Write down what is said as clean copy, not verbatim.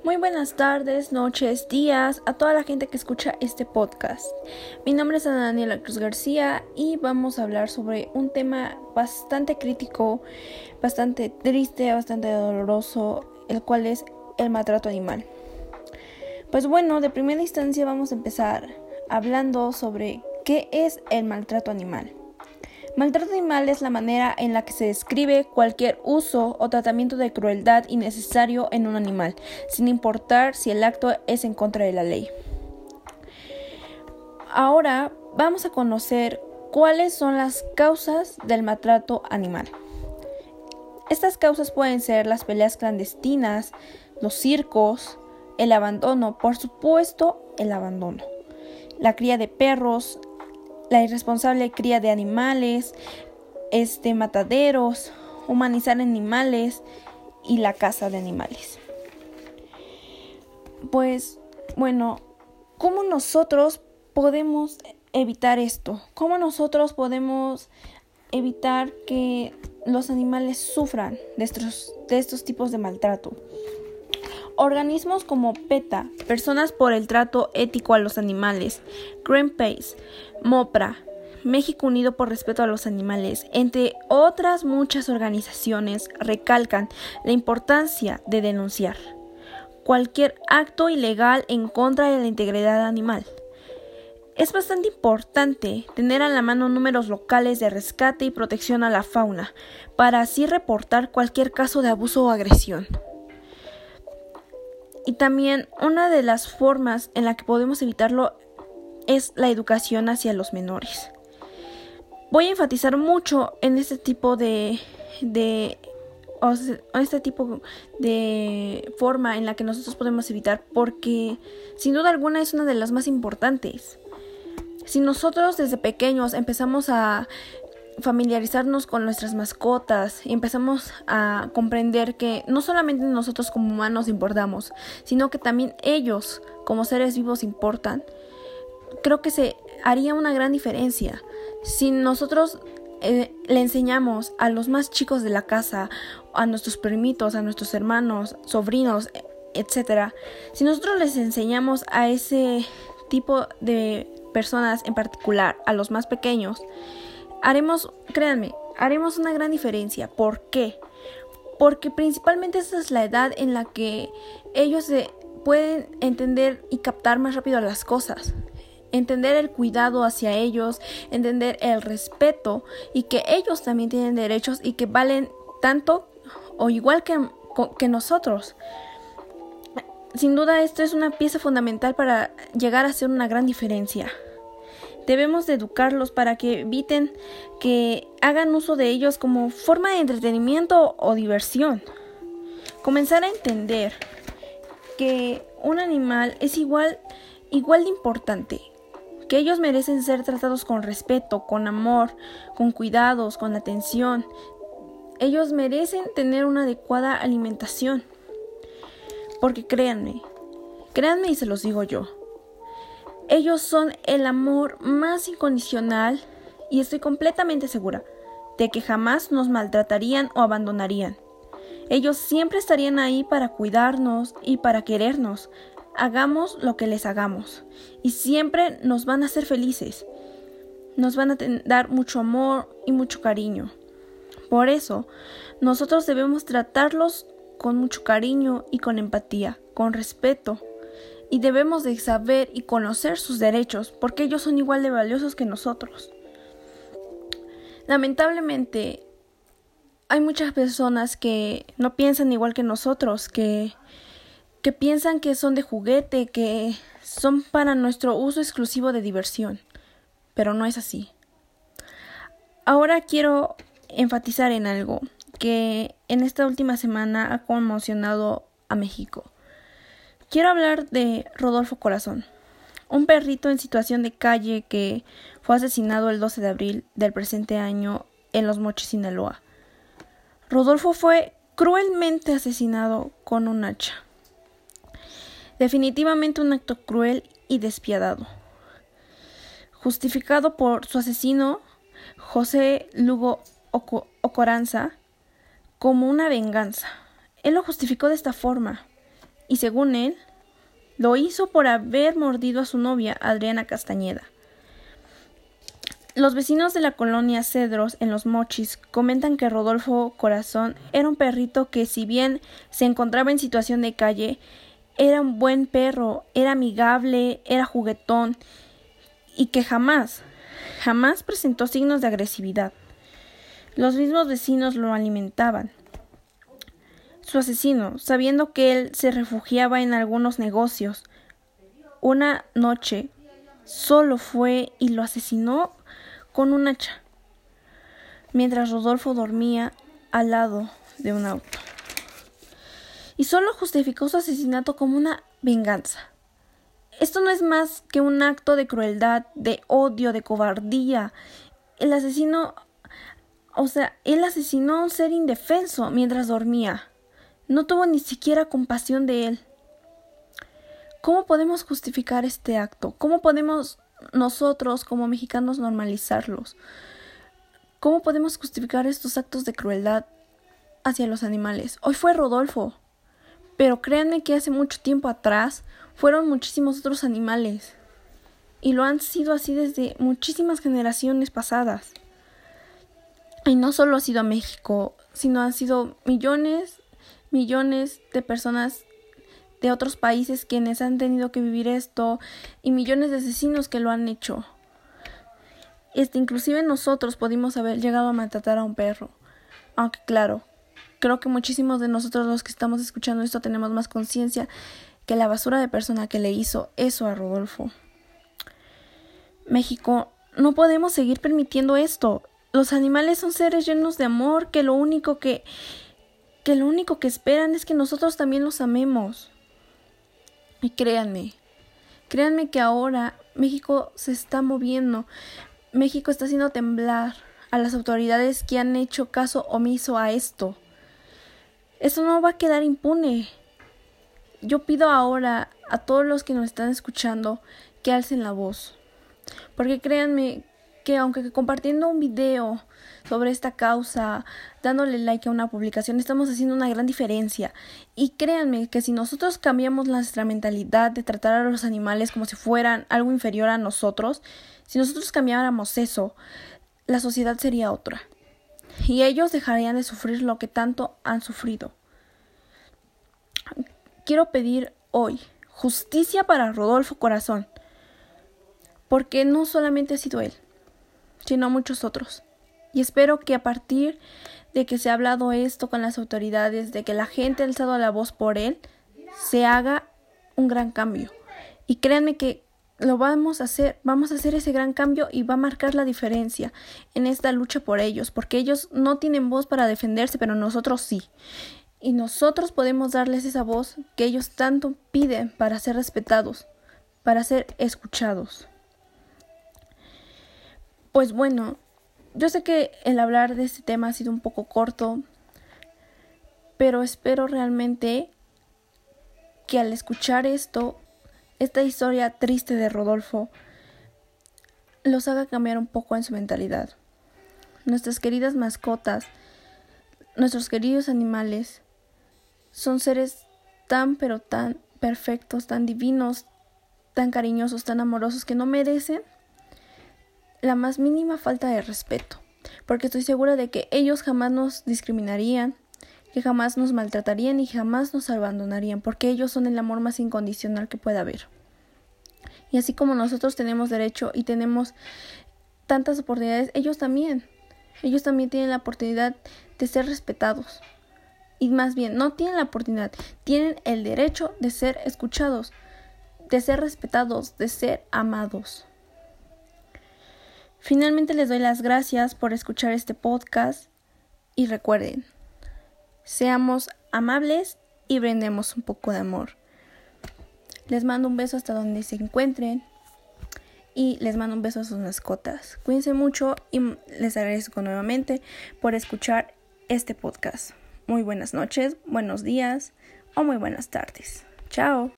Muy buenas tardes, noches, días a toda la gente que escucha este podcast. Mi nombre es Ana Daniela Cruz García y vamos a hablar sobre un tema bastante crítico, bastante triste, bastante doloroso, el cual es el maltrato animal. Pues bueno, de primera instancia vamos a empezar hablando sobre qué es el maltrato animal. Maltrato animal es la manera en la que se describe cualquier uso o tratamiento de crueldad innecesario en un animal, sin importar si el acto es en contra de la ley. Ahora vamos a conocer cuáles son las causas del maltrato animal. Estas causas pueden ser las peleas clandestinas, los circos, el abandono, por supuesto el abandono, la cría de perros, la irresponsable cría de animales, mataderos, humanizar animales y la caza de animales. Pues bueno, ¿cómo nosotros podemos evitar esto? ¿Cómo nosotros podemos evitar que los animales sufran de estos tipos de maltrato? Organismos como PETA, Personas por el Trato Ético a los Animales, Greenpeace, MOPRA, México Unido por Respeto a los Animales, entre otras muchas organizaciones, recalcan la importancia de denunciar cualquier acto ilegal en contra de la integridad animal. Es bastante importante tener a la mano números locales de rescate y protección a la fauna, para así reportar cualquier caso de abuso o agresión. Y también una de las formas en la que podemos evitarlo es la educación hacia los menores. Voy a enfatizar mucho en este tipo de forma en la que nosotros podemos evitar, porque sin duda alguna es una de las más importantes. Si nosotros desde pequeños empezamos a familiarizarnos con nuestras mascotas y empezamos a comprender que no solamente nosotros como humanos importamos, sino que también ellos como seres vivos importan, creo que se haría una gran diferencia. Si nosotros le enseñamos a los más chicos de la casa, a nuestros primitos, a nuestros hermanos, sobrinos, etcétera, si nosotros les enseñamos a ese tipo de personas en particular, a los más pequeños, haremos una gran diferencia. ¿Por qué? Porque principalmente esa es la edad en la que ellos pueden entender y captar más rápido las cosas. Entender el cuidado hacia ellos, entender el respeto y que ellos también tienen derechos y que valen tanto o igual que nosotros. Sin duda esto es una pieza fundamental para llegar a ser una gran diferencia. Debemos de educarlos para que eviten que hagan uso de ellos como forma de entretenimiento o diversión. Comenzar a entender que un animal es igual de importante, que ellos merecen ser tratados con respeto, con amor, con cuidados, con atención. Ellos merecen tener una adecuada alimentación. Porque créanme y se los digo yo, ellos son el amor más incondicional y estoy completamente segura de que jamás nos maltratarían o abandonarían. Ellos siempre estarían ahí para cuidarnos y para querernos, hagamos lo que les hagamos, y siempre nos van a hacer felices. Nos van a dar mucho amor y mucho cariño. Por eso, nosotros debemos tratarlos con mucho cariño y con empatía, con respeto. Y debemos de saber y conocer sus derechos, porque ellos son igual de valiosos que nosotros. Lamentablemente, hay muchas personas que no piensan igual que nosotros, que piensan que son de juguete, que son para nuestro uso exclusivo de diversión. Pero no es así. Ahora quiero enfatizar en algo que en esta última semana ha conmocionado a México. Quiero hablar de Rodolfo Corazón, un perrito en situación de calle que fue asesinado el 12 de abril del presente año en Los Mochis, Sinaloa. Rodolfo fue cruelmente asesinado con un hacha. Definitivamente un acto cruel y despiadado, justificado por su asesino, José Lugo Ocoranza, como una venganza. Él lo justificó de esta forma. y según él, lo hizo por haber mordido a su novia, Adriana Castañeda. Los vecinos de la colonia Cedros en Los Mochis comentan que Rodolfo Corazón era un perrito que, si bien se encontraba en situación de calle, era un buen perro, era amigable, era juguetón y que jamás presentó signos de agresividad. Los mismos vecinos lo alimentaban. Su asesino, sabiendo que él se refugiaba en algunos negocios, una noche solo fue y lo asesinó con un hacha, mientras Rodolfo dormía al lado de un auto. Y solo justificó su asesinato como una venganza. Esto no es más que un acto de crueldad, de odio, de cobardía. Él asesinó a un ser indefenso mientras dormía. No tuvo ni siquiera compasión de él. ¿Cómo podemos justificar este acto? ¿Cómo podemos nosotros como mexicanos normalizarlos? ¿Cómo podemos justificar estos actos de crueldad hacia los animales? Hoy fue Rodolfo, pero créanme que hace mucho tiempo atrás fueron muchísimos otros animales y lo han sido así desde muchísimas generaciones pasadas. Y no solo ha sido a México, sino han sido millones de personas de otros países quienes han tenido que vivir esto y millones de asesinos que lo han hecho. Inclusive nosotros pudimos haber llegado a maltratar a un perro. Aunque claro, creo que muchísimos de nosotros los que estamos escuchando esto tenemos más conciencia que la basura de persona que le hizo eso a Rodolfo. México, no podemos seguir permitiendo esto. Los animales son seres llenos de amor que lo único que esperan es que nosotros también los amemos. Y créanme que ahora México se está moviendo. México está haciendo temblar a las autoridades que han hecho caso omiso a esto. Eso no va a quedar impune. Yo pido ahora a todos los que nos están escuchando que alcen la voz. Porque créanme que aunque compartiendo un video sobre esta causa, dándole like a una publicación, estamos haciendo una gran diferencia. Y créanme que si nosotros cambiamos nuestra mentalidad de tratar a los animales como si fueran algo inferior a nosotros, si nosotros cambiáramos eso, la sociedad sería otra. Y ellos dejarían de sufrir lo que tanto han sufrido. Quiero pedir hoy justicia para Rodolfo Corazón, porque no solamente ha sido él, sino muchos otros. Y espero que a partir de que se ha hablado esto con las autoridades, de que la gente ha alzado la voz por él, se haga un gran cambio. Y créanme que lo vamos a hacer ese gran cambio y va a marcar la diferencia en esta lucha por ellos, porque ellos no tienen voz para defenderse, pero nosotros sí. Y nosotros podemos darles esa voz que ellos tanto piden para ser respetados, para ser escuchados. Pues bueno, yo sé que el hablar de este tema ha sido un poco corto, pero espero realmente que al escuchar esta historia triste de Rodolfo, los haga cambiar un poco en su mentalidad. Nuestras queridas mascotas, nuestros queridos animales, son seres tan pero tan perfectos, tan divinos, tan cariñosos, tan amorosos, que no merecen la más mínima falta de respeto, porque estoy segura de que ellos jamás nos discriminarían, que jamás nos maltratarían y jamás nos abandonarían, porque ellos son el amor más incondicional que pueda haber. Y así como nosotros tenemos derecho y tenemos tantas oportunidades, ellos también tienen la oportunidad de ser respetados. Y más bien, no tienen la oportunidad, tienen el derecho de ser escuchados, de ser respetados, de ser amados. Finalmente les doy las gracias por escuchar este podcast y recuerden, seamos amables y brindemos un poco de amor. Les mando un beso hasta donde se encuentren y les mando un beso a sus mascotas. Cuídense mucho y les agradezco nuevamente por escuchar este podcast. Muy buenas noches, buenos días o muy buenas tardes. Chao.